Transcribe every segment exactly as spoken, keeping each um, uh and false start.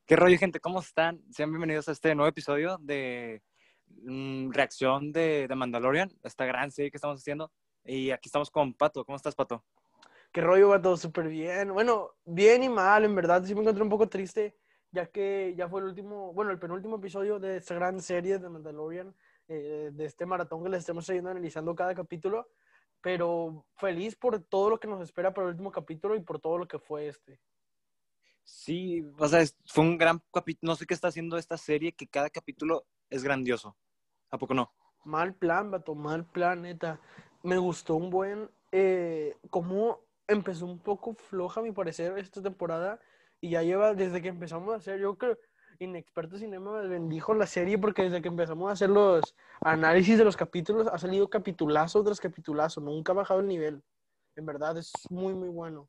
¿Qué rollo, gente? ¿Cómo están? Sean bienvenidos a este nuevo episodio de mm, reacción de, de Mandalorian, esta gran serie que estamos haciendo. Y aquí estamos con Pato. ¿Cómo estás, Pato? ¿Qué rollo, va todo súper bien? Bueno, bien y mal, en verdad. Sí me encontré un poco triste, ya que ya fue el último, bueno, el penúltimo episodio de esta gran serie de Mandalorian, eh, de este maratón que les estamos yendo analizando cada capítulo. Pero feliz por todo lo que nos espera para el último capítulo y por todo lo que fue este. Sí, o sea, es- fue un gran capítulo. No sé qué está haciendo esta serie, que cada capítulo es grandioso. ¿A poco no? Mal plan, vato, mal plan, neta. Me gustó un buen, eh, cómo empezó un poco floja, a mi parecer, esta temporada. Y ya lleva, desde que empezamos a hacer, yo creo, Inexperto Cinema me bendijo la serie porque desde que empezamos a hacer los análisis de los capítulos, ha salido capitulazo tras capitulazo. Nunca ha bajado el nivel. En verdad, es muy, muy bueno.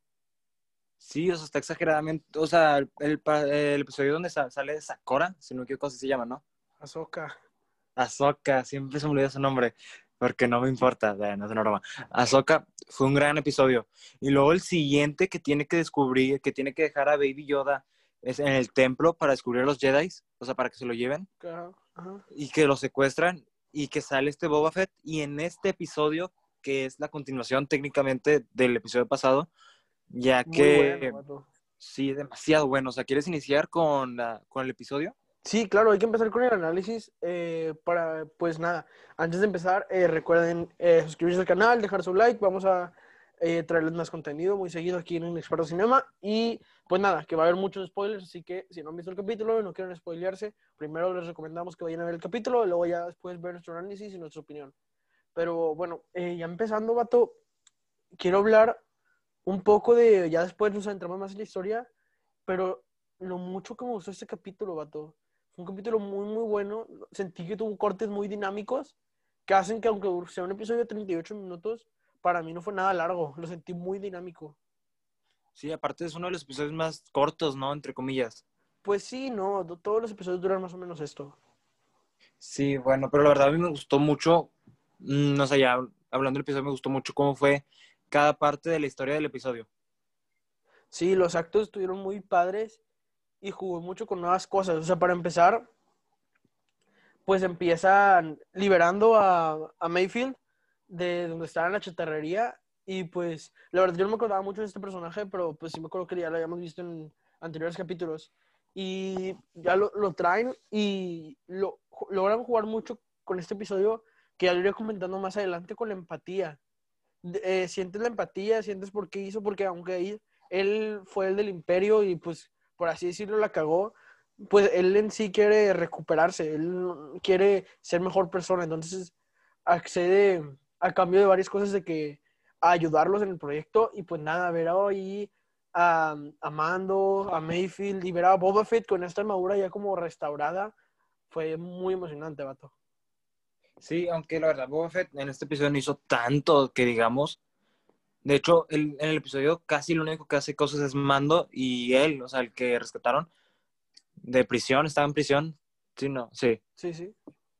Sí, o sea, está exageradamente. O sea, el, el pa- el episodio donde sa- sale Sakura, si no me equivoco, así se llama, ¿no? Ahsoka. Ahsoka, siempre se me olvida su nombre, porque no me importa, eh, no es una broma. Ahsoka fue un gran episodio. Y luego el siguiente que tiene que descubrir, que tiene que dejar a Baby Yoda es en el templo para descubrir a los Jedi, o sea, para que se lo lleven, Ajá, ajá. y que lo secuestran, y que sale este Boba Fett. Y en este episodio, que es la continuación técnicamente del episodio pasado, ya Muy bueno, que vato. sí, demasiado bueno. O sea, ¿quieres iniciar con, la, con el episodio? Sí, claro, hay que empezar con el análisis. Eh, para, pues nada, antes de empezar, eh, recuerden eh, suscribirse al canal, dejar su like. Vamos a eh, traerles más contenido muy seguido aquí en Experto Cinema. Y pues nada, que va a haber muchos spoilers, así que si no han visto el capítulo y no quieren spoilearse, primero les recomendamos que vayan a ver el capítulo y luego ya después ver nuestro análisis y nuestra opinión. Pero bueno, eh, ya empezando, vato, quiero hablar un poco de, ya después nos adentramos más en la historia, pero lo mucho que me gustó este capítulo, vato. Fue un capítulo muy, muy bueno. Sentí que tuvo cortes muy dinámicos que hacen que, aunque sea un episodio de treinta y ocho minutos, para mí no fue nada largo. Lo sentí muy dinámico. Sí, aparte es uno de los episodios más cortos, ¿no? Entre comillas. Pues sí, no, todos los episodios duran más o menos esto. Sí, bueno, pero la verdad a mí me gustó mucho, mm, no sé, ya hablando del episodio, me gustó mucho cómo fue cada parte de la historia del episodio. Sí, los actos estuvieron muy padres y jugó mucho con nuevas cosas. O sea, para empezar, pues empiezan liberando a, a Mayfield de donde estaba en la chatarrería. Y pues, la verdad, yo no me acordaba mucho de este personaje, pero pues sí me acuerdo que ya lo habíamos visto en anteriores capítulos. Y ya lo, lo traen y lo, logran jugar mucho con este episodio, que ya lo iré comentando más adelante, con la empatía. Eh, sientes la empatía, sientes por qué hizo, porque aunque él, él fue el del imperio y pues, por así decirlo, la cagó, pues él en sí quiere recuperarse, él quiere ser mejor persona, entonces accede a cambio de varias cosas de que a ayudarlos en el proyecto. Y pues nada, ver ahí a, a Mando, a Mayfield y ver a Boba Fett con esta armadura ya como restaurada fue muy emocionante, vato. Sí, aunque la verdad Boba Fett en este episodio no hizo tanto que digamos. De hecho, el- en el episodio casi lo único que hace cosas es Mando y él, o sea, el que rescataron de prisión, estaba en prisión. Sí, no, sí. Sí, sí.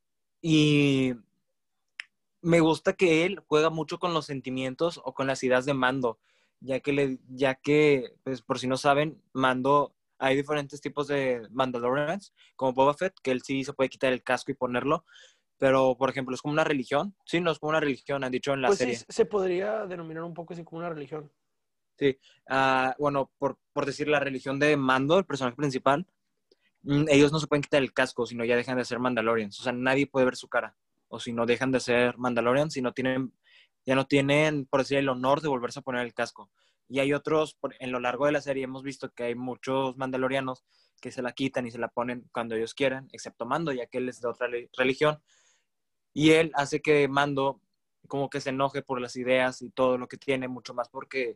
Y me gusta que él juega mucho con los sentimientos o con las ideas de Mando, ya que, le, ya que pues, por si no saben, Mando, hay diferentes tipos de Mandalorians, como Boba Fett, que él sí se puede quitar el casco y ponerlo, pero por ejemplo, es como una religión. Sí, no es como una religión, han dicho en la Pues sí, serie. se podría denominar un poco así como una religión. Sí, uh, bueno, por, por decir la religión de Mando, el personaje principal, mm, ellos no se pueden quitar el casco, sino ya dejan de ser Mandalorians. O sea, nadie puede ver su cara. O si no dejan de ser Mandalorians, si no tienen, ya no tienen, por decir, el honor de volverse a poner el casco. Y hay otros, por, en lo largo de la serie hemos visto que hay muchos mandalorianos que se la quitan y se la ponen cuando ellos quieren, excepto Mando, ya que él es de otra religión. Y él hace que Mando como que se enoje por las ideas y todo lo que tiene, mucho más porque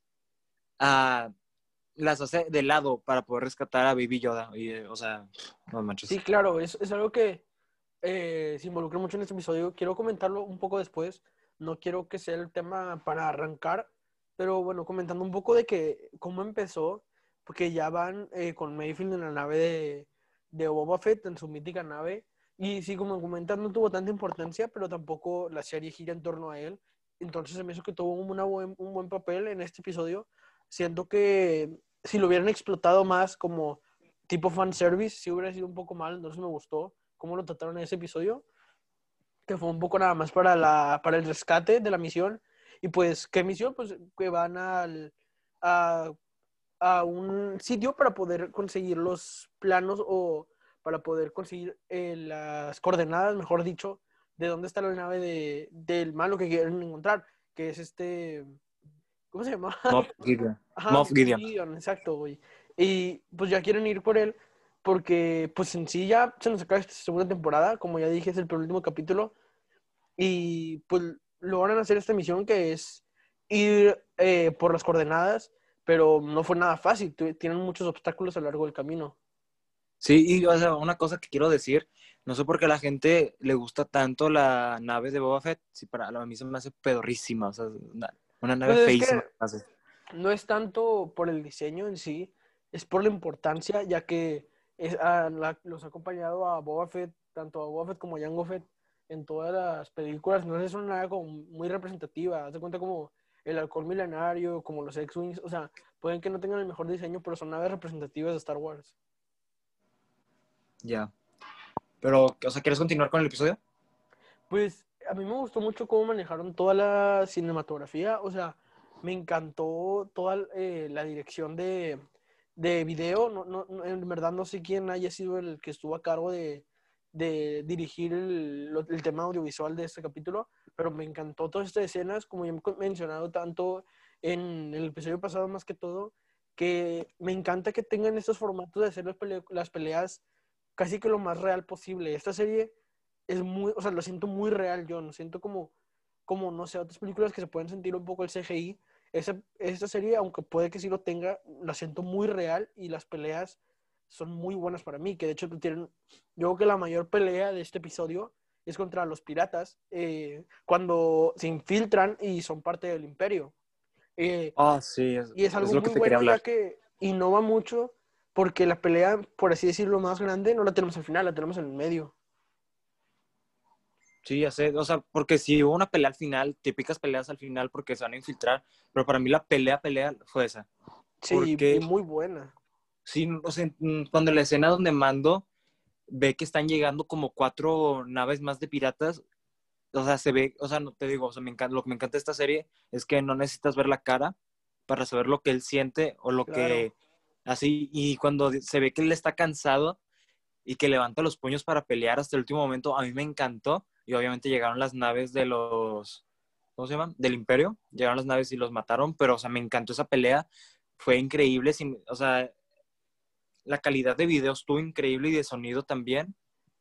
uh, las hace de lado para poder rescatar a Baby Yoda. Y, o sea, no Sí, manches. claro, es, es algo que eh, se involucra mucho en este episodio. Quiero comentarlo un poco después. No quiero que sea el tema para arrancar, pero bueno, comentando un poco de que cómo empezó, porque ya van eh, con Mayfield en la nave de, de Boba Fett, en su mítica nave. Y sí, como comentas, no tuvo tanta importancia, pero tampoco la serie gira en torno a él. Entonces se me hizo que tuvo una buen, un buen papel en este episodio. Siento que si lo hubieran explotado más como tipo fanservice, sí hubiera sido un poco mal, entonces me gustó cómo lo trataron en ese episodio, que fue un poco nada más para, la, para el rescate de la misión. Y pues, ¿qué misión? Pues que van al, a, a un sitio para poder conseguir los planos o para poder conseguir eh, las coordenadas, mejor dicho, de dónde está la nave de, del malo que quieren encontrar, que es este, ¿cómo se llama? Moff Gideon. Ajá, Moff Gideon. Gideon, exacto, güey. Y pues ya quieren ir por él porque pues en sí ya se nos acaba esta segunda temporada, como ya dije, es el penúltimo capítulo y pues logran hacer esta misión que es ir eh, por las coordenadas, pero no fue nada fácil, tu- tienen muchos obstáculos a lo largo del camino. Sí, y o sea, una cosa que quiero decir, no sé por qué a la gente le gusta tanto la nave de Boba Fett, si para a mí se me hace pedorrísima, o sea, una, una nave Pues es feísima. que no es tanto por el diseño en sí, es por la importancia, ya que es, a la- los ha acompañado a Boba Fett, tanto a Boba Fett como a Jango Fett en todas las películas. No es una nave como muy representativa, haz de cuenta como el Halcón Milenario, como los X-Wings, o sea, pueden que no tengan el mejor diseño, pero son naves representativas de Star Wars. Ya. Pero, o sea, ¿quieres continuar con el episodio? Pues a mí me gustó mucho cómo manejaron toda la cinematografía, o sea, me encantó toda eh, la dirección de, de video, no, no, no, en verdad no sé quién haya sido el que estuvo a cargo de, de dirigir el, lo- el tema audiovisual de este capítulo, pero me encantó todas estas escenas, como ya he mencionado tanto en el episodio pasado más que todo, que me encanta que tengan estos formatos de hacer las, pele- las peleas casi que lo más real posible. Esta serie es muy, o sea, lo siento muy real yo, no siento como, como, no sé, otras películas que se pueden sentir un poco el C G I. Esa, esta serie, aunque puede que sí lo tenga, la siento muy real y las peleas son muy buenas para mí, que de hecho tienen, yo creo que la mayor pelea de este episodio es contra los piratas, eh, cuando se infiltran y son parte del imperio. Eh, Ah, sí, es, y es es algo lo que muy te quería bueno ya hablar. que innova mucho porque la pelea, por así decirlo, más grande no la tenemos al final, la tenemos en el medio. Sí, ya sé, o sea, porque si hubo una pelea al final, típicas peleas al final porque se van a infiltrar, pero para mí la pelea, pelea fue esa. Sí, y Porque, muy buena. sí, o sea, mm, cuando la escena donde Mando ve que están llegando como cuatro naves más de piratas, o sea, se ve, o sea, no te digo, o sea, me encanta, lo que me encanta de esta serie es que no necesitas ver la cara para saber lo que él siente o lo Claro. que así, y cuando se ve que él está cansado y que levanta los puños para pelear hasta el último momento, a mí me encantó y obviamente llegaron las naves de los, ¿cómo se llaman? Del Imperio, llegaron las naves y los mataron, pero, o sea, me encantó esa pelea, fue increíble, sin, o sea, la calidad de video estuvo increíble y de sonido también.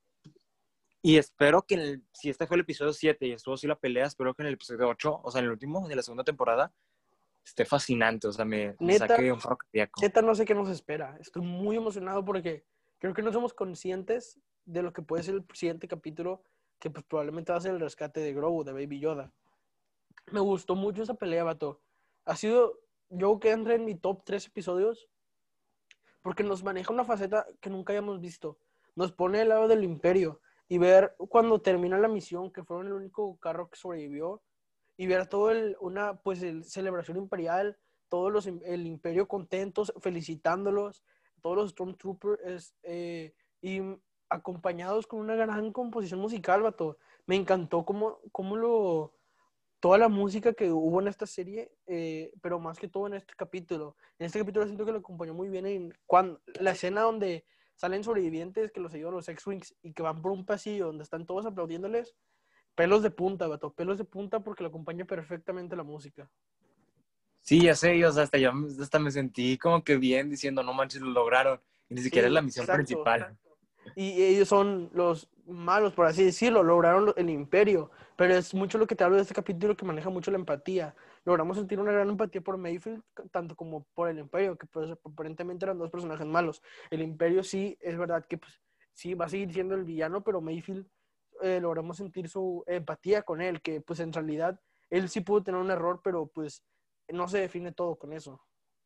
Y espero que, en el, si este fue el episodio siete y estuvo así la pelea, espero que en el episodio ocho, o sea, en el último de la segunda temporada, esté fascinante, o sea, me, me Neta, saque un paro cardíaco. neta no sé qué nos espera. Estoy muy emocionado porque creo que no somos conscientes de lo que puede ser el siguiente capítulo, que pues probablemente va a ser el rescate de Grogu, de Baby Yoda. Me gustó mucho esa pelea, vato. Ha sido, yo que entré en mi top tres episodios, porque nos maneja una faceta que nunca habíamos visto. Nos pone al lado del Imperio y ver cuando termina la misión, que fueron el único carro que sobrevivió, y ver todo el, una, pues, el celebración imperial, todos los, el Imperio contentos, felicitándolos, todos los Stormtroopers, eh, y acompañados con una gran composición musical, vato. Me encantó cómo, cómo lo, toda la música que hubo en esta serie, eh, pero más que todo en este capítulo. En este capítulo siento que lo acompañó muy bien en cuando, la escena donde salen sobrevivientes que los ayudan los X-Wings y que van por un pasillo donde están todos aplaudiéndoles. Pelos de punta, vato, pelos de punta porque lo acompaña perfectamente la música. Sí, ya sé, o sea, hasta yo hasta me sentí como que bien diciendo, no manches, lo lograron. Y ni siquiera es Sí, la misión exacto. principal. Y ellos son los malos, por así decirlo, lograron el imperio, pero es mucho lo que te hablo de este capítulo que maneja mucho la empatía. Logramos sentir una gran empatía por Mayfield, tanto como por el imperio, que pues aparentemente eran dos personajes malos. El imperio sí, es verdad que pues sí va a seguir siendo el villano, pero Mayfield eh, logramos sentir su empatía con él, que pues en realidad él sí pudo tener un error, pero pues no se define todo con eso.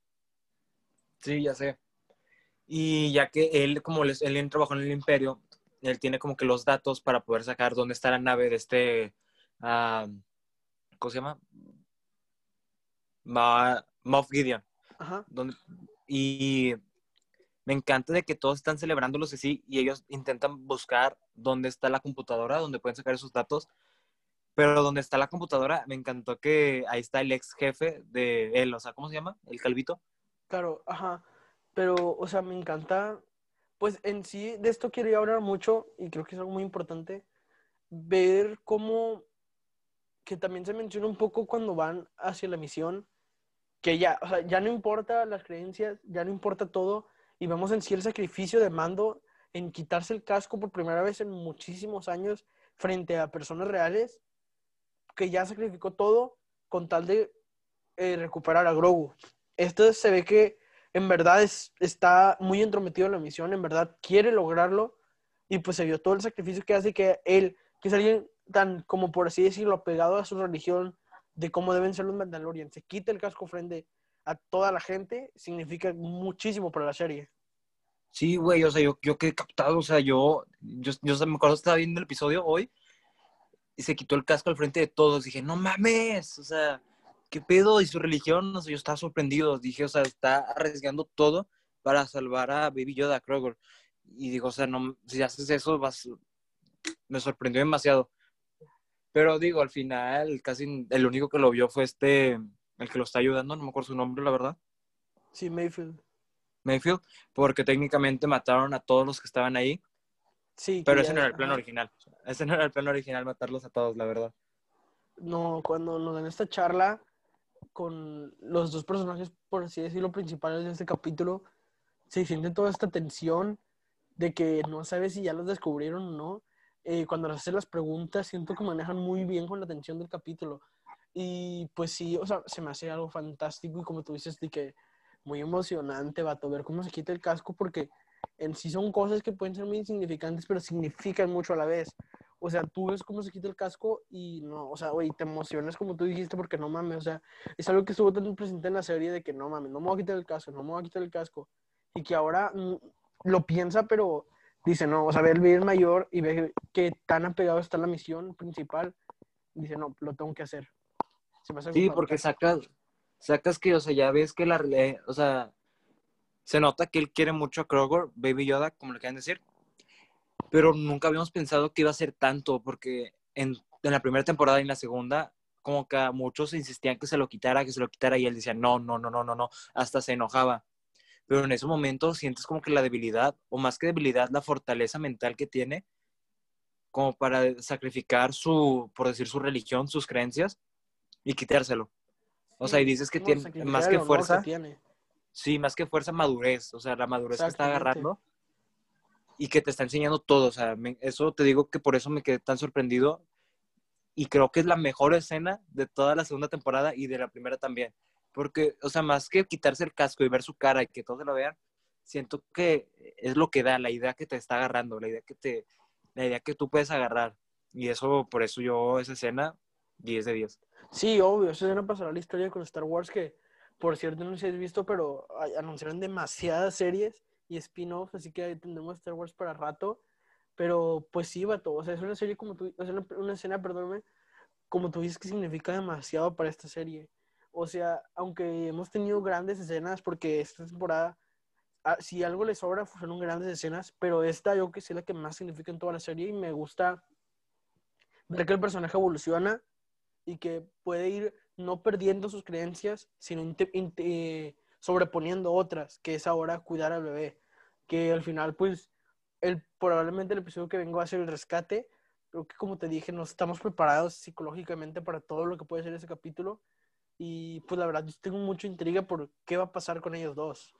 Sí, ya sé. Y ya que él, como les, él trabajó en el Imperio, él tiene como que los datos para poder sacar dónde está la nave de este, uh, ¿cómo se llama? Ma, Moff Gideon. Ajá. Donde, y Me encanta de que todos están celebrándolo así y ellos intentan buscar dónde está la computadora, donde pueden sacar esos datos. Pero donde está la computadora, me encantó que ahí está el ex jefe de él, o sea, ¿cómo se llama? El Calvito. Claro, ajá. Pero, o sea, me encanta. Pues en sí, de esto quería hablar mucho y creo que es algo muy importante. Ver cómo, que también se menciona un poco cuando van hacia la misión, que ya, o sea, ya no importa las creencias, ya no importa todo, y vemos en sí el sacrificio de Mando en quitarse el casco por primera vez en muchísimos años frente a personas reales, que ya sacrificó todo con tal de eh, recuperar a Grogu. Esto se ve que en verdad es, está muy entrometido en la misión, en verdad quiere lograrlo, y pues se vio todo el sacrificio que hace que él, que es alguien tan, como por así decirlo, apegado a su religión, de cómo deben ser los Mandalorians, se quita el casco frente a toda la gente, significa muchísimo para la serie. Sí, güey, o sea, yo, yo quedé captado, o sea, yo, yo, yo o sea, me acuerdo que estaba viendo el episodio hoy y se quitó el casco al frente de todos. Dije, no mames, o sea, ¿qué pedo? Y su religión, o sea, yo estaba sorprendido. Dije, o sea, está arriesgando todo para salvar a Baby Yoda, Kroger. Y digo, o sea, no, si haces eso, vas, me sorprendió demasiado. Pero digo, al final, casi el único que lo vio fue este, el que lo está ayudando, no me acuerdo su nombre, la verdad, Sí, Mayfield. Mayfield, porque técnicamente mataron a todos los que estaban ahí, Sí, que pero ese no ya, era el plan ajá. original. Ese no era el plan original, matarlos a todos, la verdad. No, cuando nos dan esta charla con los dos personajes, por así decirlo, principales de este capítulo, se siente toda esta tensión de que no sabes si ya los descubrieron o no. Eh, cuando les hacen las preguntas, siento que manejan muy bien con la tensión del capítulo. Y pues sí, o sea, se me hace algo fantástico y como tú dices, de que muy emocionante, vato, ver cómo se quita el casco porque en sí son cosas que pueden ser muy insignificantes, pero significan mucho a la vez. O sea, tú ves cómo se quita el casco y no, o sea, güey, te emocionas como tú dijiste porque no mames, o sea, es algo que estuvo tan presente en la serie de que no mames, no me voy a quitar el casco, no me voy a quitar el casco. Y que ahora mm, lo piensa, pero dice, no, o sea, ve el bien mayor y ve que tan apegado está la misión principal, dice, no, lo tengo que hacer. Se me hace algo Sí, porque fantástico. sacas, sacas que, o sea, ya ves que la, eh, o sea, se nota que él quiere mucho a Kroger, Baby Yoda, como le quieran decir, pero nunca habíamos pensado que iba a ser tanto, porque en, en la primera temporada y en la segunda, como que a muchos insistían que se lo quitara, que se lo quitara, y él decía, no, no, no, no, no, no, hasta se enojaba. Pero en ese momento sientes como que la debilidad, o más que debilidad, la fortaleza mental que tiene, como para sacrificar su, por decir, su religión, sus creencias, y quitárselo. O sea, y Sí, dices que como tiene sacrificar más el que honor que fuerza, tiene. sí, más que fuerza, madurez, o sea, la madurez que está Exactamente. agarrando y que te está enseñando todo, o sea, me, eso te digo que por eso me quedé tan sorprendido y creo que es la mejor escena de toda la segunda temporada y de la primera también, porque, o sea, más que quitarse el casco y ver su cara y que todos lo vean, siento que es lo que da, la idea que te está agarrando, la idea que te, la idea que tú puedes agarrar y eso, por eso yo esa escena, diez de diez. Sí, obvio, eso es una pasará la historia con Star Wars que, por cierto, no sé si has visto, pero ay, anunciaron demasiadas series y spin-offs, así que ahí tendremos Star Wars para rato. Pero pues sí, vato, o sea, es una serie como tú, es una, una escena, perdóname, como tú dices que significa demasiado para esta serie. O sea, aunque hemos tenido grandes escenas, porque esta temporada, ah, si algo le sobra, fueron grandes escenas, pero esta yo que sé la que más significa en toda la serie y me gusta ver que el personaje evoluciona y que puede ir no perdiendo sus creencias, sino inte- inte- sobreponiendo otras, que es ahora cuidar al bebé. Que al final, pues, el, probablemente el episodio que vengo va a ser el rescate. Creo que, como te dije, no estamos preparados psicológicamente para todo lo que puede ser ese capítulo. Y pues la verdad, yo tengo mucha intriga por qué va a pasar con ellos dos.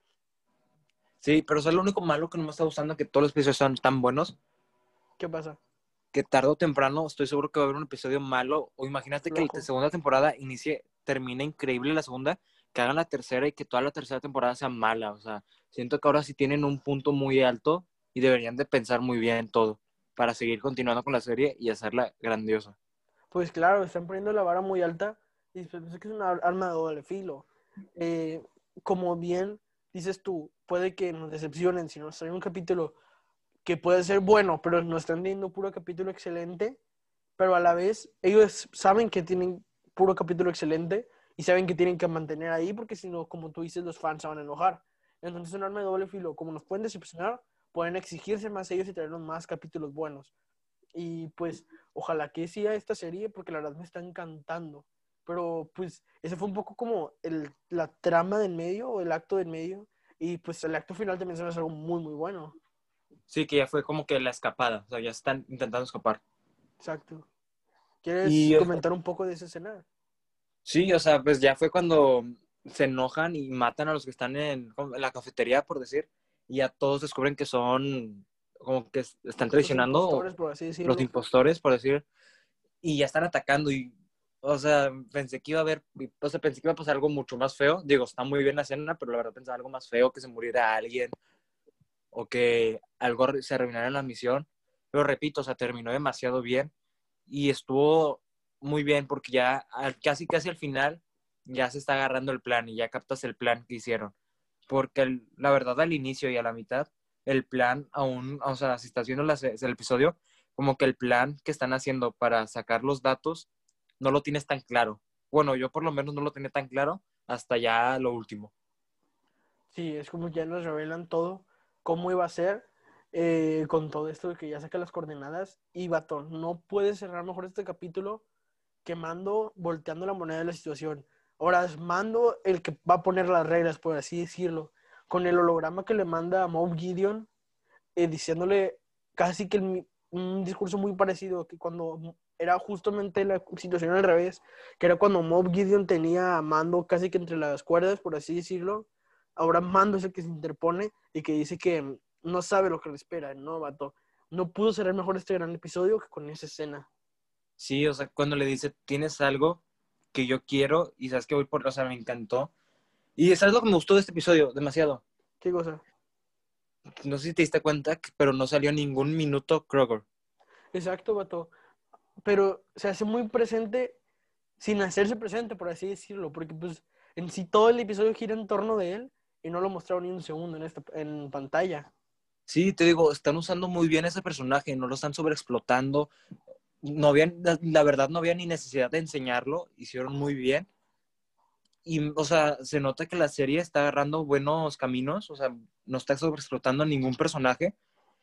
Sí, pero eso es lo único malo que no me está gustando, que todos los episodios son tan buenos, ¿Qué pasa? que tarde o temprano estoy seguro que va a haber un episodio malo. O imagínate que la Flojo. segunda temporada inicie, termine increíble la segunda, que hagan la tercera y que toda la tercera temporada sea mala. O sea, siento que ahora sí tienen un punto muy alto y deberían de pensar muy bien en todo para seguir continuando con la serie y hacerla grandiosa. Pues claro, están poniendo la vara muy alta y pues, es que es una arma de doble filo. Eh, como bien dices tú, puede que nos decepcionen si nos traen un capítulo que puede ser bueno, pero nos están dando puro capítulo excelente, pero a la vez ellos saben que tienen puro capítulo excelente y saben que tienen que mantener ahí porque si no, como tú dices, los fans se van a enojar. Entonces es un arma de doble filo. Como nos pueden decepcionar, pueden exigirse más ellos y traernos más capítulos buenos. Y pues ojalá que siga esta serie porque la verdad me está encantando. Pero pues ese fue un poco como el, la trama del medio o el acto del medio. Y pues el acto final también se me hace algo muy, muy bueno. Sí, que ya fue como que la escapada, o sea, ya están intentando escapar. Exacto. ¿Quieres Y, o sea, comentar un poco de esa escena? sí, o sea, pues ya fue cuando se enojan y matan a los que están en, como en la cafetería, por decir, y ya todos descubren que son, como que están Los traicionando, impostores, o por así los decirlo. impostores, por decir, y ya están atacando y, o sea, pensé que iba a haber, o sea, pensé que iba a pasar algo mucho más feo. Digo, está muy bien la escena, pero la verdad pensaba algo más feo, que se muriera alguien o que algo se arruinara en la misión. Pero repito, o sea, terminó demasiado bien y estuvo muy bien porque ya al, casi casi al final ya se está agarrando el plan y ya captas el plan que hicieron. Porque el, la verdad al inicio y a la mitad, el plan aún, o sea, si estás viendo la, el episodio, como que el plan que están haciendo para sacar los datos no lo tienes tan claro. Bueno, yo por lo menos no lo tenía tan claro hasta ya lo último. Sí, es como ya nos revelan todo, cómo iba a ser, eh, con todo esto de que ya saca las coordenadas. Y vato, no puede cerrar mejor este capítulo que Mando volteando la moneda de la situación. Ahora es Mando el que va a poner las reglas, por así decirlo, con el holograma que le manda a Moff Gideon, eh, diciéndole casi que el, un discurso muy parecido, que cuando era justamente la situación al revés, que era cuando Moff Gideon tenía a Mando casi que entre las cuerdas, por así decirlo. Ahora Mando es el que se interpone y que dice que no sabe lo que le espera, no, vato. No pudo cerrar mejor este gran episodio que con esa escena. Sí, o sea, cuando le dice, tienes algo que yo quiero y sabes que voy por, o sea, me encantó. Y sabes lo que me gustó de este episodio, demasiado. ¿Qué cosa? No sé si te diste cuenta, pero no salió ningún minuto Kroger. Exacto, vato. Pero se hace muy presente sin hacerse presente, por así decirlo, porque pues en sí todo el episodio gira en torno de él y no lo mostraron ni un segundo en, esta, en pantalla. Sí, te digo, están usando muy bien ese personaje, no lo están sobreexplotando. No había, la, la verdad, no había ni necesidad de enseñarlo, hicieron muy bien. Y, o sea, se nota que la serie está agarrando buenos caminos, o sea, no está sobreexplotando a ningún personaje.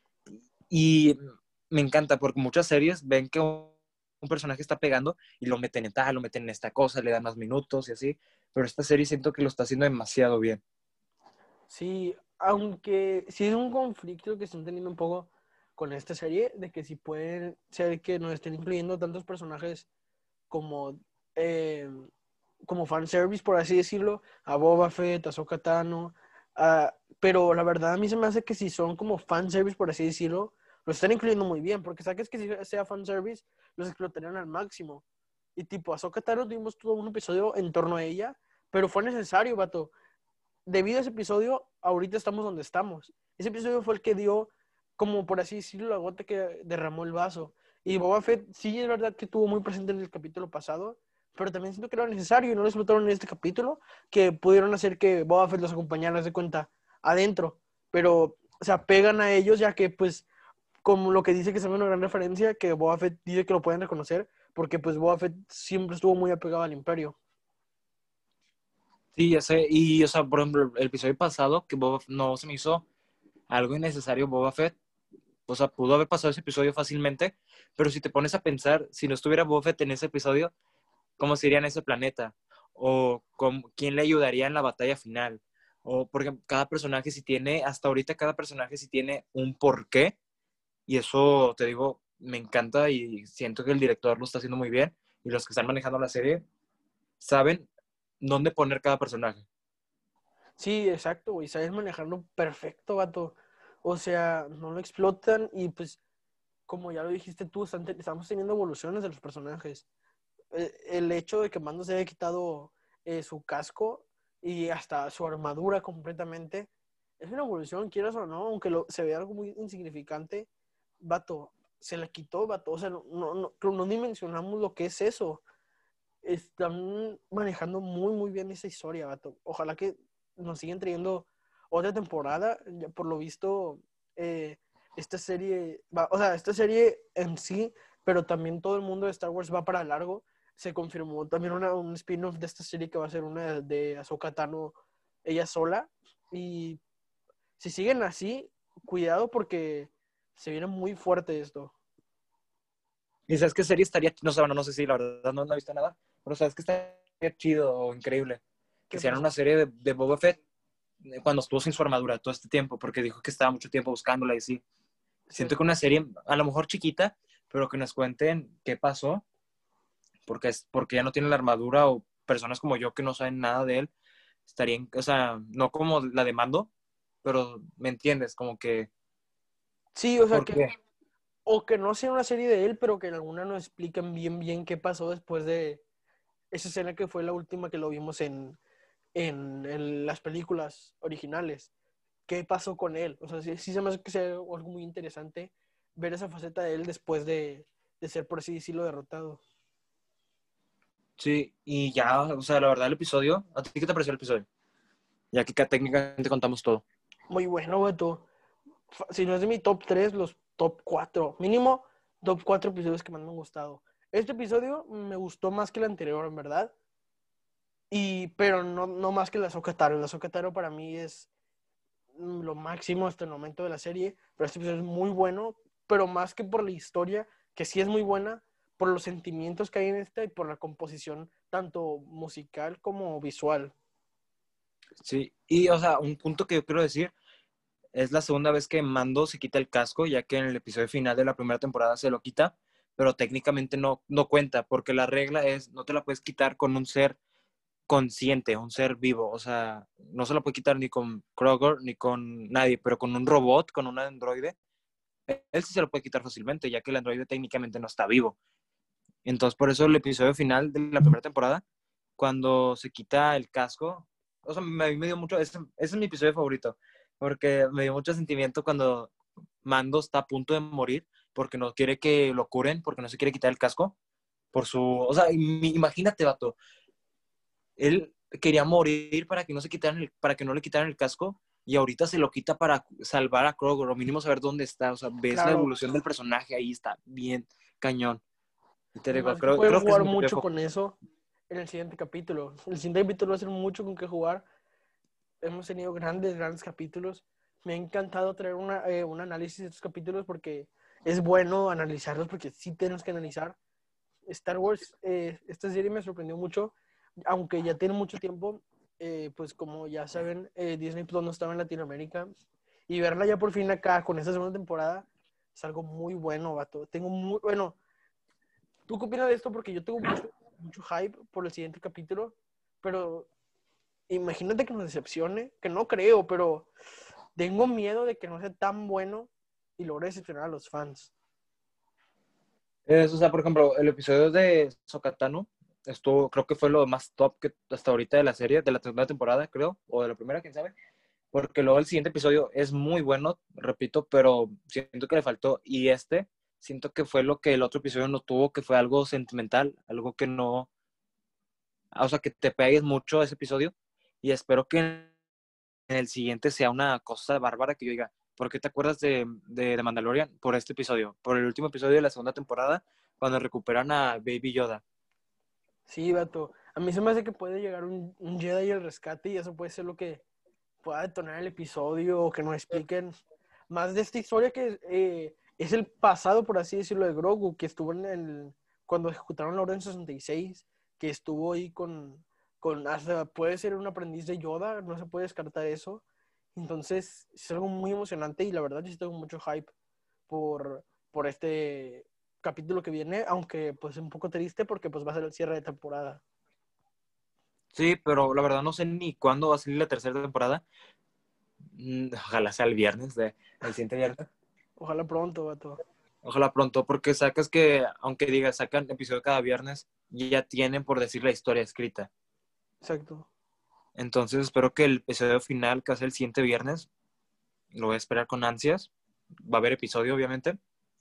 Y me encanta porque muchas series ven que un, un personaje está pegando y lo meten en tal, lo meten en esta cosa, le dan más minutos y así. Pero esta serie siento que lo está haciendo demasiado bien. Sí, aunque sí es un conflicto que están teniendo un poco con esta serie, de que si pueden ser que nos estén incluyendo tantos personajes como, eh, como fanservice, por así decirlo, a Boba Fett, a Ahsoka Tano, a- pero la verdad a mí se me hace que si son como fanservice, por así decirlo, lo están incluyendo muy bien, porque sabes que si sea fanservice, los explotarían al máximo. Y tipo, a Ahsoka Tano tuvimos todo un episodio en torno a ella, pero fue necesario, vato. Debido a ese episodio, ahorita estamos donde estamos. Ese episodio fue el que dio, como por así decirlo, la gota que derramó el vaso. Y Boba Fett sí es verdad que estuvo muy presente en el capítulo pasado, pero también siento que era necesario y no lo explotaron en este capítulo, que pudieron hacer que Boba Fett los acompañara, de cuenta, adentro. Pero se apegan a ellos ya que, pues, como lo que dice que es una gran referencia, que Boba Fett dice que lo pueden reconocer, porque pues Boba Fett siempre estuvo muy apegado al imperio. Sí, ya sé. Y, o sea, por ejemplo, el episodio pasado, que Boba, no se me hizo algo innecesario Boba Fett. O sea, pudo haber pasado ese episodio fácilmente, pero si te pones a pensar, si no estuviera Boba Fett en ese episodio, ¿cómo sería en ese planeta? O con, quién le ayudaría en la batalla final. O porque cada personaje sí tiene, hasta ahorita cada personaje sí tiene un porqué. Y eso, te digo, me encanta y siento que el director lo está haciendo muy bien. Y los que están manejando la serie saben dónde poner cada personaje. Sí, exacto, güey. Sabes manejarlo perfecto, vato. O sea, no lo explotan y pues, como ya lo dijiste tú, están te- estamos teniendo evoluciones de los personajes. Eh, El hecho de que Mando se haya quitado eh, su casco y hasta su armadura completamente, es una evolución, quieras o no, aunque lo, se vea algo muy insignificante, vato, se la quitó, vato. O sea, no, no, no, no dimensionamos lo que es eso. Están manejando muy, muy bien esa historia, vato. Ojalá que nos sigan trayendo otra temporada. Ya por lo visto, eh, esta serie, va, o sea, esta serie en sí, pero también todo el mundo de Star Wars va para largo. Se confirmó también una, un spin-off de esta serie que va a ser una de, de Ahsoka Tano, ella sola. Y si siguen así, cuidado porque se viene muy fuerte esto. ¿Y sabes qué serie estaría? No sé, bueno, no sé si la verdad no, no he visto nada, pero sabes que estaría chido o increíble que ¿Qué hicieran pasó? una serie de, de Boba Fett eh, cuando estuvo sin su armadura todo este tiempo, porque dijo que estaba mucho tiempo buscándola y sí. Siento que Cierto. una serie, a lo mejor chiquita, pero que nos cuenten qué pasó, porque, es, porque ya no tiene la armadura o personas como yo que no saben nada de él, estarían, o sea, no como la de Mando, pero me entiendes, como que, Sí, o sea ¿por que, qué? o que no sea una serie de él, pero que en alguna nos expliquen bien, bien qué pasó después de esa escena que fue la última que lo vimos en, en, en las películas originales. ¿Qué pasó con él? O sea, sí, sí se me hace que sea algo muy interesante ver esa faceta de él después de, de ser, por así decirlo, derrotado. Sí, y ya, o sea, la verdad el episodio, ¿a ti qué te pareció el episodio? Ya que técnicamente contamos todo. Muy bueno, Beto. Fa- Si no es de mi top tres, los top cuatro. Mínimo, top cuatro episodios que más me han gustado. Este episodio me gustó más que el anterior, en verdad. Y, pero no, no más que la Ahsoka Taro. La Ahsoka Taro para mí es mm, lo máximo hasta el momento de la serie. Pero este episodio es muy bueno, pero más que por la historia, que sí es muy buena, por los sentimientos que hay en esta y por la composición, tanto musical como visual. Sí, y o sea, un punto que yo quiero decir, es la segunda vez que Mando se quita el casco, ya que en el episodio final de la primera temporada se lo quita, pero técnicamente no, no cuenta, porque la regla es, no te la puedes quitar con un ser consciente, un ser vivo, o sea, no se la puede quitar ni con Kroger ni con nadie, pero con un robot, con un androide, él sí se lo puede quitar fácilmente, ya que el androide técnicamente no está vivo. Entonces, por eso el episodio final de la primera temporada, cuando se quita el casco, o sea, me, me dio mucho, ese, ese es mi episodio favorito, porque me dio mucho sentimiento cuando Mando está a punto de morir, porque no quiere que lo curen, porque no se quiere quitar el casco, por su, o sea, imagínate, vato, él quería morir para que no se quitaran el, para que no le quitaran el casco, y ahorita se lo quita para salvar a Kroger, o mínimo saber dónde está, o sea, ves la Claro, evolución del personaje, ahí está, bien cañón. Y te digo, además que creo, pueden creo que es jugar mi episodio mucho favorito. con eso en el siguiente capítulo. El siguiente capítulo va a ser mucho con qué jugar. Hemos tenido grandes, grandes capítulos. Me ha encantado traer una, eh, un análisis de estos capítulos porque es bueno analizarlos porque sí tenemos que analizar. Star Wars, eh, esta serie me sorprendió mucho, aunque ya tiene mucho tiempo, eh, pues como ya saben, eh, Disney Plus no estaba en Latinoamérica y verla ya por fin acá con esta segunda temporada es algo muy bueno, vato. Tengo muy, bueno, ¿tú qué opinas de esto? Porque yo tengo mucho, mucho hype por el siguiente capítulo, pero imagínate que nos decepcione, que no creo, pero tengo miedo de que no sea tan bueno y logre decepcionar a los fans. Es, o sea, por ejemplo, el episodio de Sokatano estuvo, creo que fue lo más top que hasta ahorita de la serie, de la segunda temporada, creo, o de la primera, quién sabe, porque luego el siguiente episodio es muy bueno, repito, pero siento que le faltó, y este, siento que fue lo que el otro episodio no tuvo, que fue algo sentimental, algo que no, o sea, que te pegues mucho a ese episodio, y espero que en el siguiente sea una cosa bárbara que yo diga, ¿por qué te acuerdas de, de, de Mandalorian? Por este episodio, por el último episodio de la segunda temporada, cuando recuperan a Baby Yoda. Sí, vato. A mí se me hace que puede llegar un, un Jedi al rescate y eso puede ser lo que pueda detonar el episodio o que nos expliquen más de esta historia que eh, es el pasado, por así decirlo, de Grogu, que estuvo en el, cuando ejecutaron la Orden sesenta y seis, que estuvo ahí con, con, hasta puede ser un aprendiz de Yoda, no se puede descartar eso. Entonces, es algo muy emocionante y la verdad yo tengo mucho hype por, por este capítulo que viene, aunque pues es un poco triste porque pues va a ser el cierre de temporada. Sí, pero la verdad no sé ni cuándo va a salir la tercera temporada. Mm, Ojalá sea el viernes, de, el siguiente viernes. Ojalá pronto, vato. Ojalá pronto, porque sacas que, aunque diga, sacan episodio cada viernes, ya tienen por decir la historia escrita. Exacto. Entonces espero que el episodio final, que hace el siguiente viernes, lo voy a esperar con ansias. Va a haber episodio, obviamente.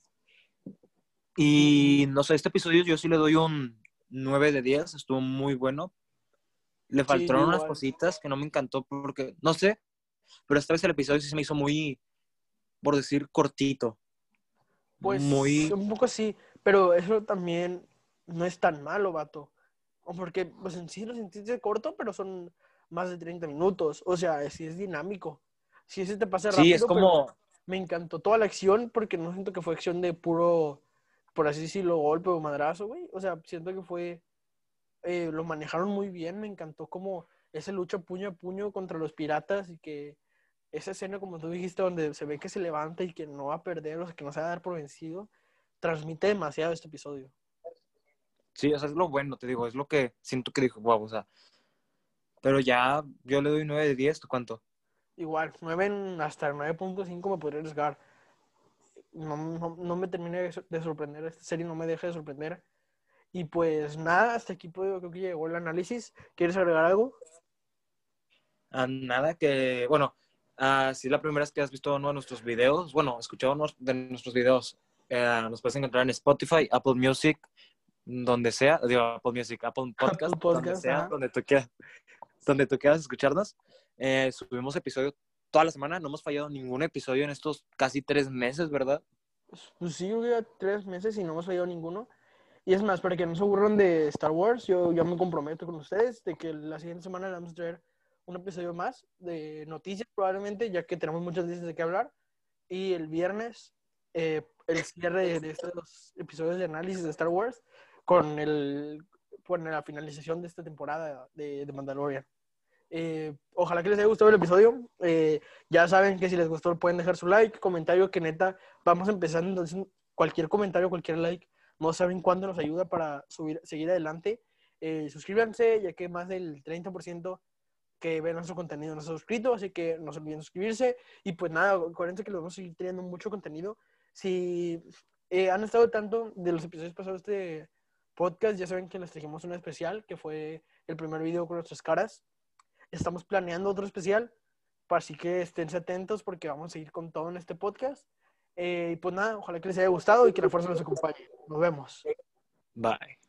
Y no sé, este episodio yo sí le doy un nueve de diez, estuvo muy bueno. Le Sí, yo faltaron unas igual. cositas que no me encantó porque, no sé, pero esta vez el episodio sí se me hizo muy, por decir, cortito. Pues Muy, un poco sí, pero eso también no es tan malo, vato. O porque pues en sí lo sentiste corto, pero son más de treinta minutos. O sea, sí es dinámico. sí se te pasa Sí, es rápido, pero como, me encantó toda la acción porque no siento que fue acción de puro, por así decirlo, golpe o madrazo, güey. O sea, siento que fue, eh, lo manejaron muy bien, me encantó como esa lucha puño a puño contra los piratas y que esa escena, como tú dijiste, donde se ve que se levanta y que no va a perder, o sea, que no se va a dar por vencido, transmite demasiado este episodio. sí, o sea, es lo bueno, te digo, es lo que siento que dijo, wow, o sea, pero ya yo le doy nueve de diez, ¿tú cuánto? Igual, nueve en- hasta el nueve punto cinco me podría arriesgar. No, no, no me terminé de sor- de sorprender, esta serie no me deja de sorprender. Y pues nada, hasta aquí puedo, creo que llegó el análisis. ¿Quieres agregar algo? Ah, nada que, bueno, ah, si es la primera vez que has visto uno de nuestros videos, bueno, escuchado uno de nuestros videos, eh, nos puedes encontrar en Spotify, Apple Music, donde sea, digo, Apple Music, Apple Apple Podcast, donde Podcast, sea, ajá. donde tú quieras, donde tú quieras escucharnos. Eh, subimos episodio toda la semana, no hemos fallado ningún episodio en estos casi tres meses, ¿verdad? Pues, pues sí, yo ya tres meses y no hemos fallado ninguno. Y es más, para que no se aburran de Star Wars, yo ya me comprometo con ustedes de que la siguiente semana le vamos a traer un episodio más de noticias, probablemente, ya que tenemos muchas noticias de qué hablar. Y el viernes, eh, el cierre de, de estos episodios de análisis de Star Wars con, el, con la finalización de esta temporada de, de Mandalorian. Eh, ojalá que les haya gustado el episodio. Eh, ya saben que si les gustó pueden dejar su like, comentario, que neta vamos empezando. Entonces, cualquier comentario, cualquier like, no saben cuándo nos ayuda para subir, seguir adelante. Eh, suscríbanse, ya que más del treinta por ciento que ven nuestro contenido no está suscrito, así que no se olviden suscribirse. Y pues nada, acuérdense que les vamos a seguir teniendo mucho contenido. Si eh, han estado tanto de los episodios pasados de este podcast, ya saben que les trajimos un especial, que fue el primer video con nuestras caras. Estamos planeando otro especial, así que esténse atentos porque vamos a seguir con todo en este podcast. Eh, y pues nada, ojalá que les haya gustado y que la fuerza los acompañe. Nos vemos. Bye.